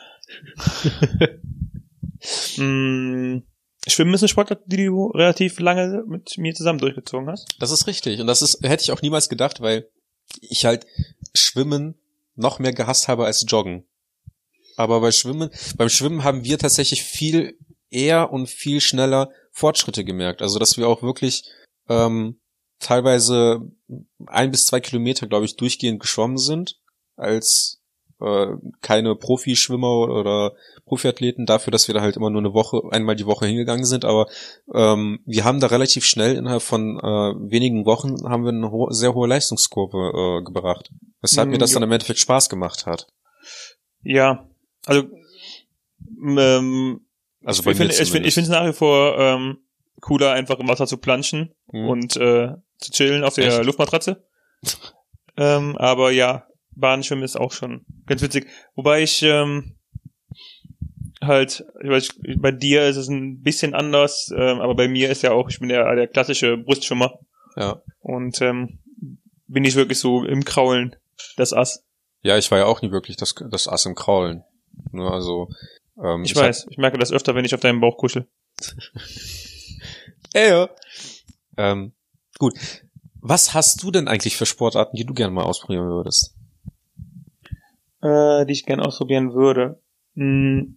mm, Schwimmen ist eine Sportart, die du relativ lange mit mir zusammen durchgezogen hast. Das ist richtig. Und das ist, hätte ich auch niemals gedacht, weil ich halt Schwimmen noch mehr gehasst habe als Joggen. Aber bei Schwimmen, beim Schwimmen haben wir tatsächlich viel eher und viel schneller Fortschritte gemerkt. Also, dass wir auch wirklich ähm, teilweise ein bis zwei Kilometer, glaube ich, durchgehend geschwommen sind, als äh, keine Profischwimmer oder Profiathleten, dafür, dass wir da halt immer nur eine Woche, einmal die Woche hingegangen sind. Aber ähm, wir haben da relativ schnell, innerhalb von äh, wenigen Wochen, haben wir eine ho- sehr hohe Leistungskurve äh, gebracht. Weshalb Mm, mir das ja. dann im Endeffekt Spaß gemacht hat. Ja, also ähm, Also ich bei finde mir ich finde ich finde es nach wie vor ähm, cooler, einfach im Wasser zu planschen Hm. und äh, zu chillen auf der Echt? Luftmatratze. ähm, aber ja, Bahnschwimmen ist auch schon ganz witzig. Wobei ich ähm, halt, ich weiß, bei dir ist es ein bisschen anders, ähm, aber bei mir ist ja auch, ich bin der, der klassische Brustschwimmer Ja. und ähm, bin ich wirklich so im Kraulen das Ass. Ja, ich war ja auch nie wirklich das, das Ass im Kraulen. Ne, also, ähm, Ich, ich weiß, ich merke das öfter, wenn ich auf deinem Bauch kuschel. Ey, ja. Ähm, gut. Was hast du denn eigentlich für Sportarten, die du gerne mal ausprobieren würdest? Äh, die ich gerne ausprobieren würde. Hm.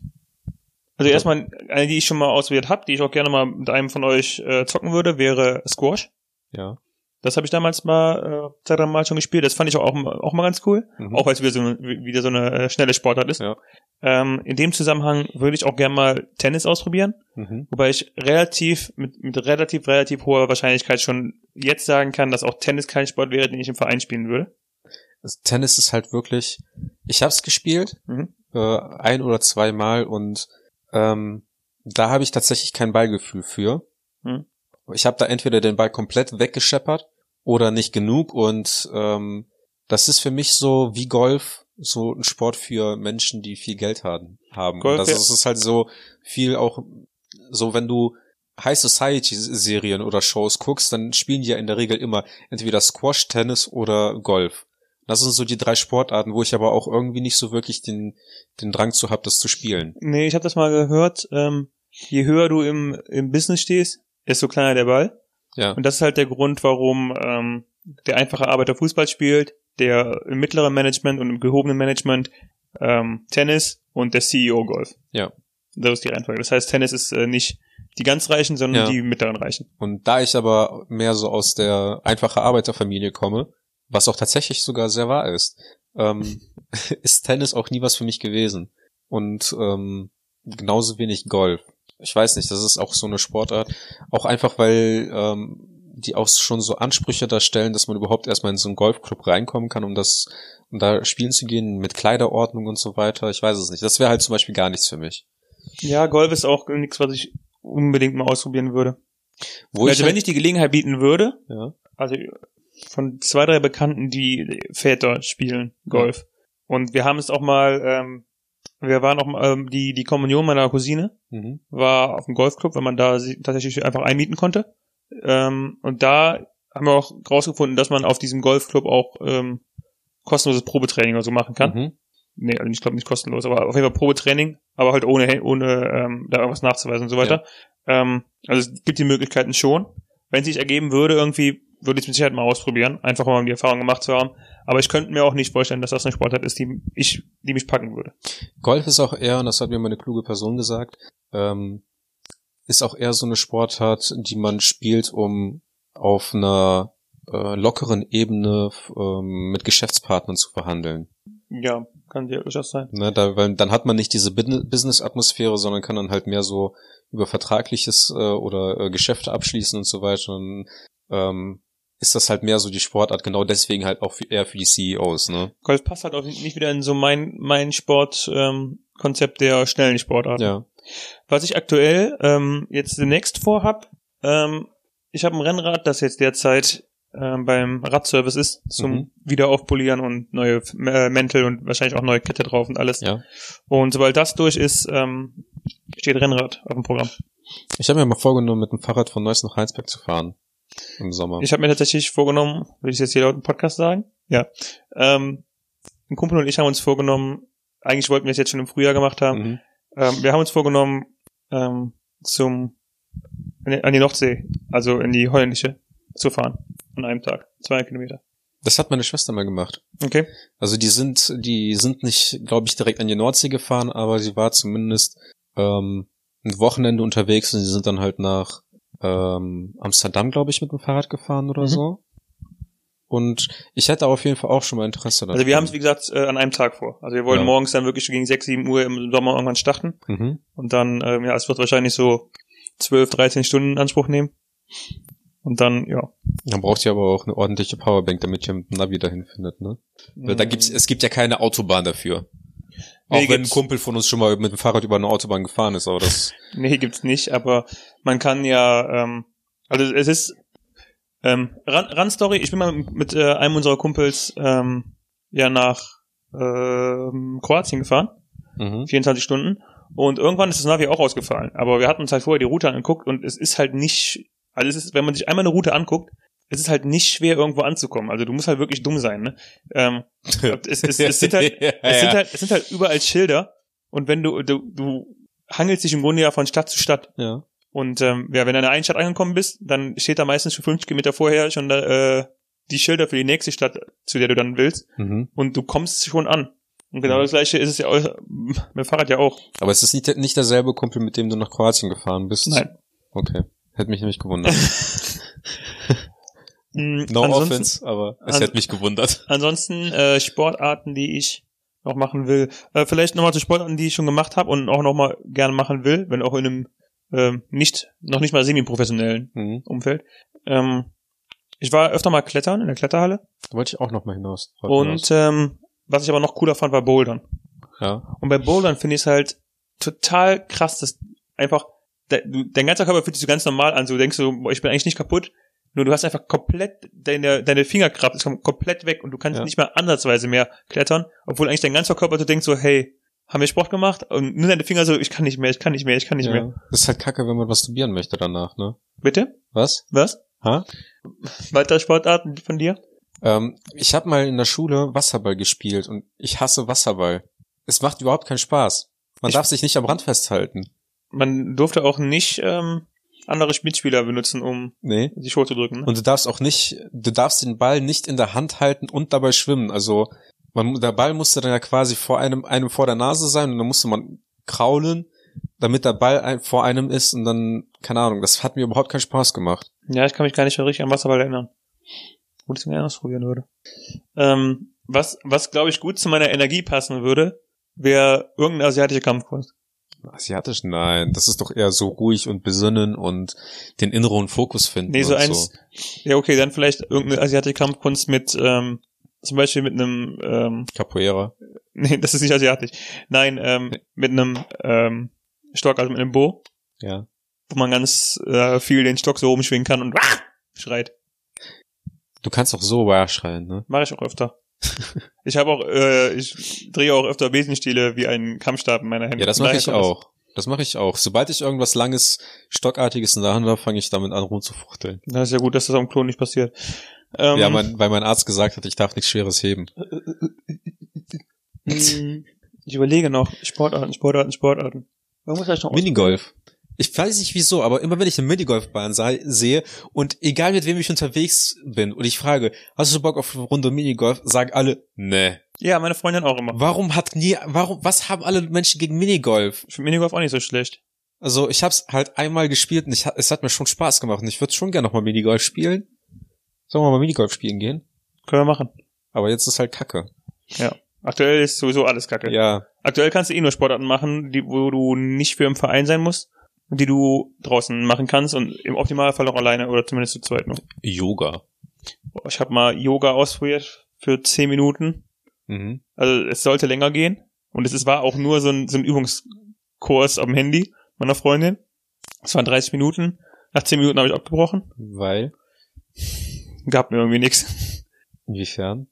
Also erstmal, eine, die ich schon mal ausprobiert habe, die ich auch gerne mal mit einem von euch äh, zocken würde, wäre Squash. Ja. Das habe ich damals mal äh, zwei, drei Mal schon gespielt. Das fand ich auch, auch, mal- auch mal ganz cool. Mhm. Auch weil es wieder so, eine- wieder so eine äh, schnelle Sportart ist. Ja. Ähm, in dem Zusammenhang würde ich auch gerne mal Tennis ausprobieren. Mhm. Wobei ich relativ, mit, mit relativ, relativ hoher Wahrscheinlichkeit schon jetzt sagen kann, dass auch Tennis kein Sport wäre, den ich im Verein spielen würde. Das Tennis ist halt wirklich, ich hab's gespielt, Mhm. äh, ein oder zwei Mal und ähm, da habe ich tatsächlich kein Ballgefühl für. Mhm. Ich habe da entweder den Ball komplett weggescheppert oder nicht genug und ähm, das ist für mich so wie Golf, so ein Sport für Menschen, die viel Geld haben. haben. Golf, das ja. ist, ist halt so viel auch, so wenn du High Society Serien oder Shows guckst, dann spielen die ja in der Regel immer entweder Squash, Tennis oder Golf. Das sind so die drei Sportarten, wo ich aber auch irgendwie nicht so wirklich den den Drang zu habe, das zu spielen. Nee, ich habe das mal gehört. Ähm, je höher du im, im Business stehst, desto kleiner der Ball. Ja. Und das ist halt der Grund, warum ähm, der einfache Arbeiter Fußball spielt, der im mittleren Management und im gehobenen Management ähm, Tennis und der C E O Golf. Ja. Das ist die Reihenfolge. Das heißt, Tennis ist äh, nicht die ganz Reichen, sondern Ja. die mittleren Reichen. Und da ich aber mehr so aus der einfachen Arbeiterfamilie komme, was auch tatsächlich sogar sehr wahr ist, ähm, ist Tennis auch nie was für mich gewesen. Und ähm, genauso wenig Golf. Ich weiß nicht, das ist auch so eine Sportart. Auch einfach, weil ähm, die auch schon so Ansprüche da stellen, dass man überhaupt erstmal in so einen Golfclub reinkommen kann, um das, um da spielen zu gehen, mit Kleiderordnung und so weiter. Ich weiß es nicht. Das wäre halt zum Beispiel gar nichts für mich. Ja, Golf ist auch nichts, was ich unbedingt mal ausprobieren würde. Wo also ich wenn ich die Gelegenheit bieten würde, ja. also von zwei, drei Bekannten, die Väter spielen Golf. Und wir haben es auch mal, ähm, wir waren auch mal, ähm, die, die Kommunion meiner Cousine Mhm. war auf dem Golfclub, weil man da sie tatsächlich einfach einmieten konnte. Ähm, und da haben wir auch rausgefunden, dass man auf diesem Golfclub auch ähm, kostenloses Probetraining oder so machen kann. Mhm. Nee, also ich glaube nicht kostenlos, aber auf jeden Fall Probetraining, aber halt ohne ohne ähm, da irgendwas nachzuweisen und so weiter. Ähm, also es gibt die Möglichkeiten schon. Wenn es sich ergeben würde, irgendwie würde ich es mit Sicherheit mal ausprobieren, einfach um die Erfahrung gemacht zu haben. Aber ich könnte mir auch nicht vorstellen, dass das eine Sportart ist, die ich, die mich packen würde. Golf ist auch eher, und das hat mir meine kluge Person gesagt, ähm, ist auch eher so eine Sportart, die man spielt, um auf einer äh, lockeren Ebene ähm, mit Geschäftspartnern zu verhandeln. Ja, kann ja durchaus sein. Ne, da, weil dann hat man nicht diese Business-Atmosphäre, sondern kann dann halt mehr so über Vertragliches äh, oder äh, Geschäfte abschließen und so weiter. Und ähm, ist das halt mehr so die Sportart, genau deswegen halt auch für, eher für die C E Os, ne? Golf passt halt auch nicht wieder in so mein mein Sport ähm, Konzept der schnellen Sportarten. Ja. Was ich aktuell ähm, jetzt demnächst vorhab, ähm, ich habe ein Rennrad, das jetzt derzeit ähm, beim Radservice ist, zum Mhm. Wiederaufpolieren und neue äh, Mäntel und wahrscheinlich auch neue Kette drauf und alles. Ja. Und sobald das durch ist, ähm, steht Rennrad auf dem Programm. Ich habe mir mal vorgenommen, mit dem Fahrrad von Neuss nach Heinsberg zu fahren. Im Sommer. Ich habe mir tatsächlich vorgenommen, will ich jetzt hier laut im Podcast sagen? Ja. Ähm, ein Kumpel und ich haben uns vorgenommen, eigentlich wollten wir es jetzt schon im Frühjahr gemacht haben, Mhm. ähm, wir haben uns vorgenommen, ähm, zum an die Nordsee, also in die holländische, zu fahren. An einem Tag. Zwei Kilometer. Das hat meine Schwester mal gemacht. Okay. Also die sind, die sind nicht, glaube ich, direkt an die Nordsee gefahren, aber sie war zumindest ähm, ein Wochenende unterwegs und sie sind dann halt nach ähm, Amsterdam, glaube ich, mit dem Fahrrad gefahren oder Mhm. so. Und ich hätte auf jeden Fall auch schon mal Interesse daran. Also wir haben es, wie gesagt, äh, an einem Tag vor. Also wir wollen Ja. morgens dann wirklich gegen sechs, sieben Uhr im Sommer irgendwann starten. Mhm. Und dann, ähm, ja, es wird wahrscheinlich so zwölf, dreizehn Stunden in Anspruch nehmen. Und dann, ja. Dann braucht ihr aber auch eine ordentliche Powerbank, damit ihr mit dem Navi dahin findet, ne? Weil da gibt's, es gibt ja keine Autobahn dafür. Nee, Auch wenn ein gibt's- Kumpel von uns schon mal mit dem Fahrrad über eine Autobahn gefahren ist, aber das, Nee, gibt's nicht, aber man kann ja, ähm, also es ist, ähm, Run, Run Story, ich bin mal mit äh, einem unserer Kumpels, ähm, ja nach ähm, Kroatien gefahren, mhm. vierundzwanzig Stunden, und irgendwann ist das Navi auch ausgefallen, aber wir hatten uns halt vorher die Route angeguckt und es ist halt nicht, also es ist, wenn man sich einmal eine Route anguckt, es ist halt nicht schwer, irgendwo anzukommen, also du musst halt wirklich dumm sein, ne? Ähm, es, es, es sind halt, Ja, es sind ja. halt, es sind halt überall Schilder, und wenn du, du, du hangelst dich im Grunde ja von Stadt zu Stadt. Ja. Und ähm, ja, wenn du in der einen Stadt angekommen bist, dann steht da meistens schon fünfzig Kilometer vorher schon da, äh, die Schilder für die nächste Stadt, zu der du dann willst. Mhm. Und du kommst schon an. Und genau Mhm. das gleiche ist es ja auch, mit dem Fahrrad ja auch. Aber es ist nicht, nicht derselbe Kumpel, mit dem du nach Kroatien gefahren bist? Nein. Okay. Hätte mich nämlich gewundert. Mm, No ansonsten, offense, aber es an- hätte mich gewundert. Ansonsten äh, Sportarten, die ich noch machen will. Äh, vielleicht nochmal zu Sportarten, die ich schon gemacht habe und auch nochmal gerne machen will, wenn auch in einem ähm, nicht, noch nicht mal semi-professionellen Mhm. Umfeld. Ähm, ich war öfter mal klettern in der Kletterhalle. Da wollte ich auch noch mal hinaus. Und ähm, was ich aber noch cooler fand, war Bouldern. ja. Und bei Bouldern finde ich es halt total krass, dass einfach de, du, dein ganzer Körper fühlt sich so ganz normal an. So denkst du, boah, ich bin eigentlich nicht kaputt. Nur du hast einfach komplett, deine, deine Fingerkraft ist kom- komplett weg und du kannst Ja. nicht mehr ansatzweise mehr klettern, obwohl eigentlich dein ganzer Körper, du denkst so, hey, haben wir Sport gemacht? Und nur deine Finger so, ich kann nicht mehr, ich kann nicht mehr, ich kann nicht ja. mehr. Das ist halt kacke, wenn man masturbieren möchte danach, ne? Bitte? Was? Was? Ha? Weitere Sportarten von dir? Ähm, ich habe mal in der Schule Wasserball gespielt und ich hasse Wasserball. Es macht überhaupt keinen Spaß. Man Ich- darf sich nicht am Rand festhalten. Man durfte auch nicht ähm, andere Mitspieler benutzen, um Nee. die Show zu drücken. Ne? Und du darfst auch nicht, du darfst den Ball nicht in der Hand halten und dabei schwimmen. Also man, der Ball musste dann ja quasi vor einem, einem vor der Nase sein und dann musste man kraulen, damit der Ball ein, vor einem ist und dann, keine Ahnung, das hat mir überhaupt keinen Spaß gemacht. Ja, ich kann mich gar nicht mehr richtig an Wasserball erinnern. Wo ich es gerne ausprobieren würde. Ähm, was, was glaube ich gut zu meiner Energie passen würde, wäre irgendeine asiatische Kampfkunst. Asiatisch? Nein, das ist doch eher so ruhig und besinnen und den inneren Fokus finden. Nee, so und eins, ja okay, dann vielleicht irgendeine asiatische Kampfkunst mit, ähm, zum Beispiel mit einem, ähm, Capoeira. nee, das ist nicht asiatisch. Nein, ähm, mit einem, ähm, Stock, also mit einem Bo, Ja. wo man ganz äh, viel den Stock so rumschwingen kann und schreit. Du kannst auch so wow schreien, ne? Mache ich auch öfter. Ich habe auch, äh, ich drehe auch öfter Besenstiele wie einen Kampfstab in meiner Hände. Ja, das Von mache daher ich kommt das. auch. Das mache ich auch. Sobald ich irgendwas Langes, Stockartiges in der Hand habe, fange ich damit an rumzufuchteln. Das ist ja gut, dass das am Klon nicht passiert. Ähm, Ja, mein, weil mein Arzt gesagt hat, ich darf nichts Schweres heben. Ich überlege noch. Sportarten, Sportarten, Sportarten. Irgendwas vielleicht noch Minigolf. Ich weiß nicht wieso, aber immer wenn ich eine Minigolfbahn sehe und egal mit wem ich unterwegs bin und ich frage, hast du Bock auf eine Runde Minigolf, sagen alle, nee. Ja, meine Freundin auch immer. Warum hat nie, warum, was haben alle Menschen gegen Minigolf? Ich finde Minigolf auch nicht so schlecht. Also ich hab's halt einmal gespielt und ich, es hat mir schon Spaß gemacht und ich würde schon gerne nochmal Minigolf spielen. Sollen wir mal Minigolf spielen gehen? Können wir machen. Aber jetzt ist halt Kacke. Ja. Aktuell ist sowieso alles Kacke. Ja. Aktuell kannst du eh nur Sportarten machen, die, wo du nicht für im Verein sein musst und die du draußen machen kannst und im Optimalfall auch alleine oder zumindest zu zweit noch. Yoga. Boah, ich habe mal Yoga ausprobiert für zehn Minuten. Mhm. Also es sollte länger gehen und es ist, war auch nur so ein, so ein Übungskurs am Handy meiner Freundin. Es waren dreißig Minuten. Nach zehn Minuten habe ich abgebrochen. Weil? Gab mir irgendwie nichts. Inwiefern?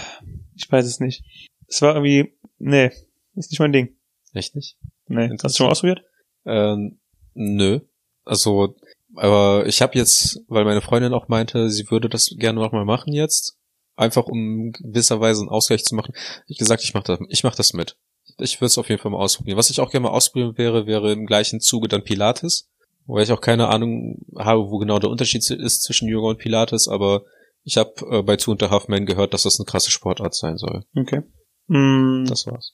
Ich weiß es nicht. Es war irgendwie, nee, ist nicht mein Ding. Echt nicht? Nee, hast du schon mal ausprobiert? Ähm, nö. Also, aber ich habe jetzt, weil meine Freundin auch meinte, sie würde das gerne noch mal machen jetzt, einfach um gewisserweise einen Ausgleich zu machen. Ich gesagt, ich mach das, ich mach das mit. Ich würde es auf jeden Fall mal ausprobieren. Was ich auch gerne mal ausprobieren wäre, wäre im gleichen Zuge dann Pilates, weil ich auch keine Ahnung habe, wo genau der Unterschied ist zwischen Yoga und Pilates, aber ich habe äh, bei Two and a Half Men gehört, dass das eine krasse Sportart sein soll. Okay. Mm, Das war's.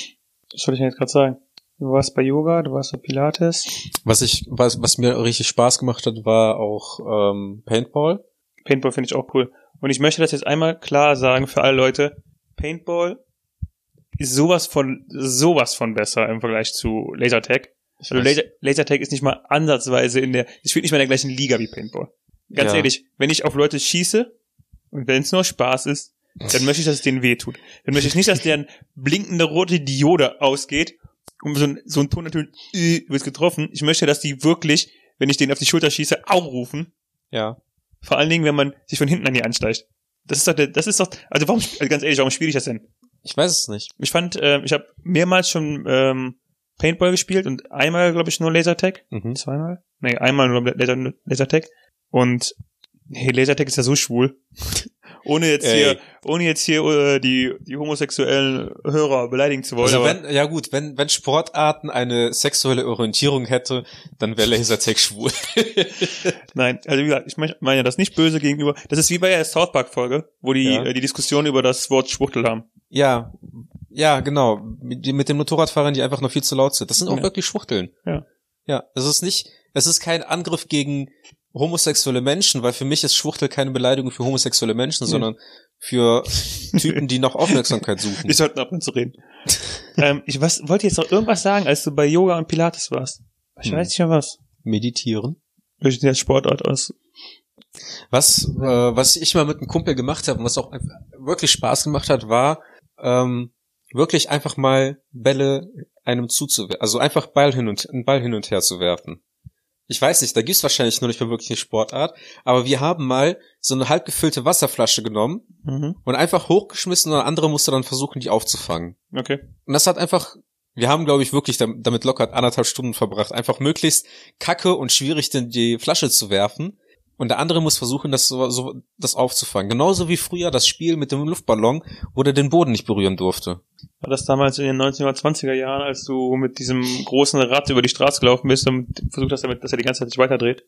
Was soll ich denn jetzt gerade sagen? Du warst bei Yoga, du warst bei Pilates. Was ich, was, was mir richtig Spaß gemacht hat, war auch ähm, Paintball. Paintball finde ich auch cool. Und ich möchte das jetzt einmal klar sagen für alle Leute. Paintball ist sowas von, sowas von besser im Vergleich zu Lasertag. Ich Also weiß. Laser, Lasertag ist nicht mal ansatzweise in der, es spielt nicht mal in der gleichen Liga wie Paintball. Ganz Ja. ehrlich, wenn ich auf Leute schieße und wenn es nur Spaß ist, dann möchte ich, dass es denen weh tut. Dann möchte ich nicht, dass deren blinkende rote Diode ausgeht und so ein, so ein Ton natürlich, äh, du wirst getroffen. Ich möchte, dass die wirklich, wenn ich denen auf die Schulter schieße, auch rufen. Ja. Vor allen Dingen, wenn man sich von hinten an die anschleicht. Das ist doch, der, das ist doch, also warum, also ganz ehrlich, warum spiele ich das denn? Ich weiß es nicht. Ich fand, äh, ich habe mehrmals schon ähm, Paintball gespielt und einmal, glaube ich, nur Lasertag. Mhm. Zweimal? Nee, einmal nur Laser, Lasertag. Und hey, Lasertag ist ja so schwul. Ohne jetzt Ey. hier, ohne jetzt hier äh, die die homosexuellen Hörer beleidigen zu wollen. Also aber wenn, ja gut, wenn, wenn Sportarten eine sexuelle Orientierung hätte, dann wäre Lasertag schwul. nein, also wie gesagt, ich mein- meine das nicht böse gegenüber. Das ist wie bei der South Park Folge, wo die Ja. äh, die Diskussion über das Wort Schwuchtel haben. Ja, ja, genau. Mit, mit den Motorradfahrern, die einfach noch viel zu laut sind. Das sind auch Ja. wirklich Schwuchteln. Ja. Ja, es ist nicht, es ist kein Angriff gegen homosexuelle Menschen, weil für mich ist Schwuchtel keine Beleidigung für homosexuelle Menschen, Nee. sondern für Typen, die nach Aufmerksamkeit suchen. Wir sollten ab und zu reden. ähm, ich was, wollte jetzt noch irgendwas sagen, als du bei Yoga und Pilates warst. Ich Hm. weiß nicht mehr was. Meditieren. Welche sieht als Sportart aus? Was, äh, was ich mal mit einem Kumpel gemacht habe und was auch einfach wirklich Spaß gemacht hat, war ähm, wirklich einfach mal Bälle einem zuzuwerfen, also einfach Ball hin und einen Ball hin und her zu werfen. Ich weiß nicht, da gibt's wahrscheinlich noch nicht mal wirklich eine Sportart, aber wir haben mal so eine halb gefüllte Wasserflasche genommen Mhm. und einfach hochgeschmissen und der andere musste dann versuchen, die aufzufangen. Okay. Und das hat einfach, wir haben, glaube ich, wirklich dam- damit locker anderthalb Stunden verbracht, einfach möglichst kacke und schwierig in die Flasche zu werfen. Und der andere muss versuchen, das so, so das aufzufangen. Genauso wie früher das Spiel mit dem Luftballon, wo der den Boden nicht berühren durfte. War das damals in den neunzehnhundertzwanziger Jahren, als du mit diesem großen Rad über die Straße gelaufen bist und versucht hast, damit, dass er die ganze Zeit sich weiterdreht?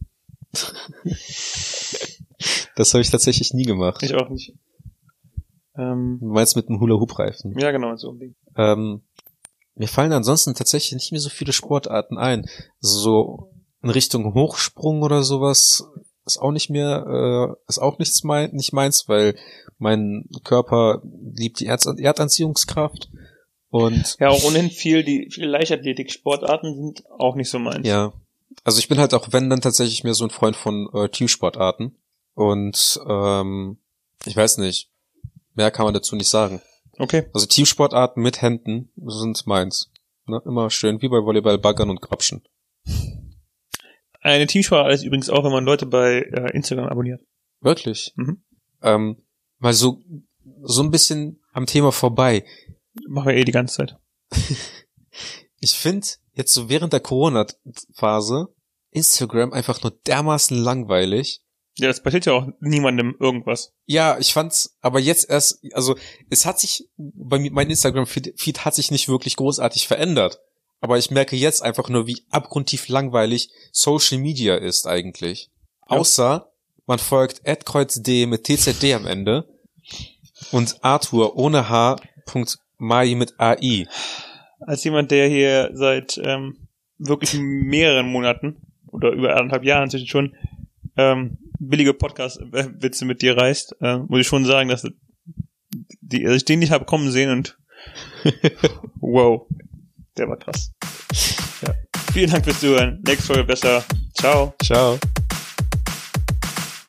Das habe ich tatsächlich nie gemacht. Ich auch nicht. Ähm, Du meinst mit einem Hula-Hoop-Reifen? ja, genau, so ein Ding. Ähm, mir fallen ansonsten tatsächlich nicht mehr so viele Sportarten ein. So in Richtung Hochsprung oder sowas ist auch nicht mehr, äh, ist auch nichts mein, nicht meins, weil mein Körper liebt die Erd- Erdanziehungskraft und Ja, auch ohnehin viel, die, viele Leichtathletik-Sportarten sind auch nicht so meins. ja, also ich bin halt auch, wenn dann tatsächlich mehr so ein Freund von äh, Teamsportarten und ähm, ich weiß nicht, mehr kann man dazu nicht sagen. Okay. Also Teamsportarten mit Händen sind meins. Ne? Immer schön wie bei Volleyball, Baggern und Grapschen. Eine Teamsportart ist übrigens auch, wenn man Leute bei äh, Instagram abonniert. Wirklich. Mhm. Ähm, mal so so ein bisschen am Thema vorbei. Machen wir eh die ganze Zeit. Ich finde jetzt so während der Corona-Phase Instagram einfach nur dermaßen langweilig. Ja, das passiert ja auch niemandem irgendwas. Ja, ich fand's, aber jetzt erst, also es hat sich, bei mir, mein Instagram-Feed Feed hat sich nicht wirklich großartig verändert. Aber ich merke jetzt einfach nur, wie abgrundtief langweilig Social Media ist eigentlich. Ja. Außer man folgt adkreuzd mit T Z D am Ende und Arthur ohne H. Mai mit A I. Als jemand, der hier seit ähm, wirklich mehreren Monaten oder über anderthalb Jahren inzwischen schon ähm, billige Podcast-Witze mit dir reißt, äh, muss ich schon sagen, dass die, dass ich den nicht habe kommen sehen und wow, der war krass. Ja. Vielen Dank fürs Zuhören. Nächste Folge besser. Ciao. Ciao.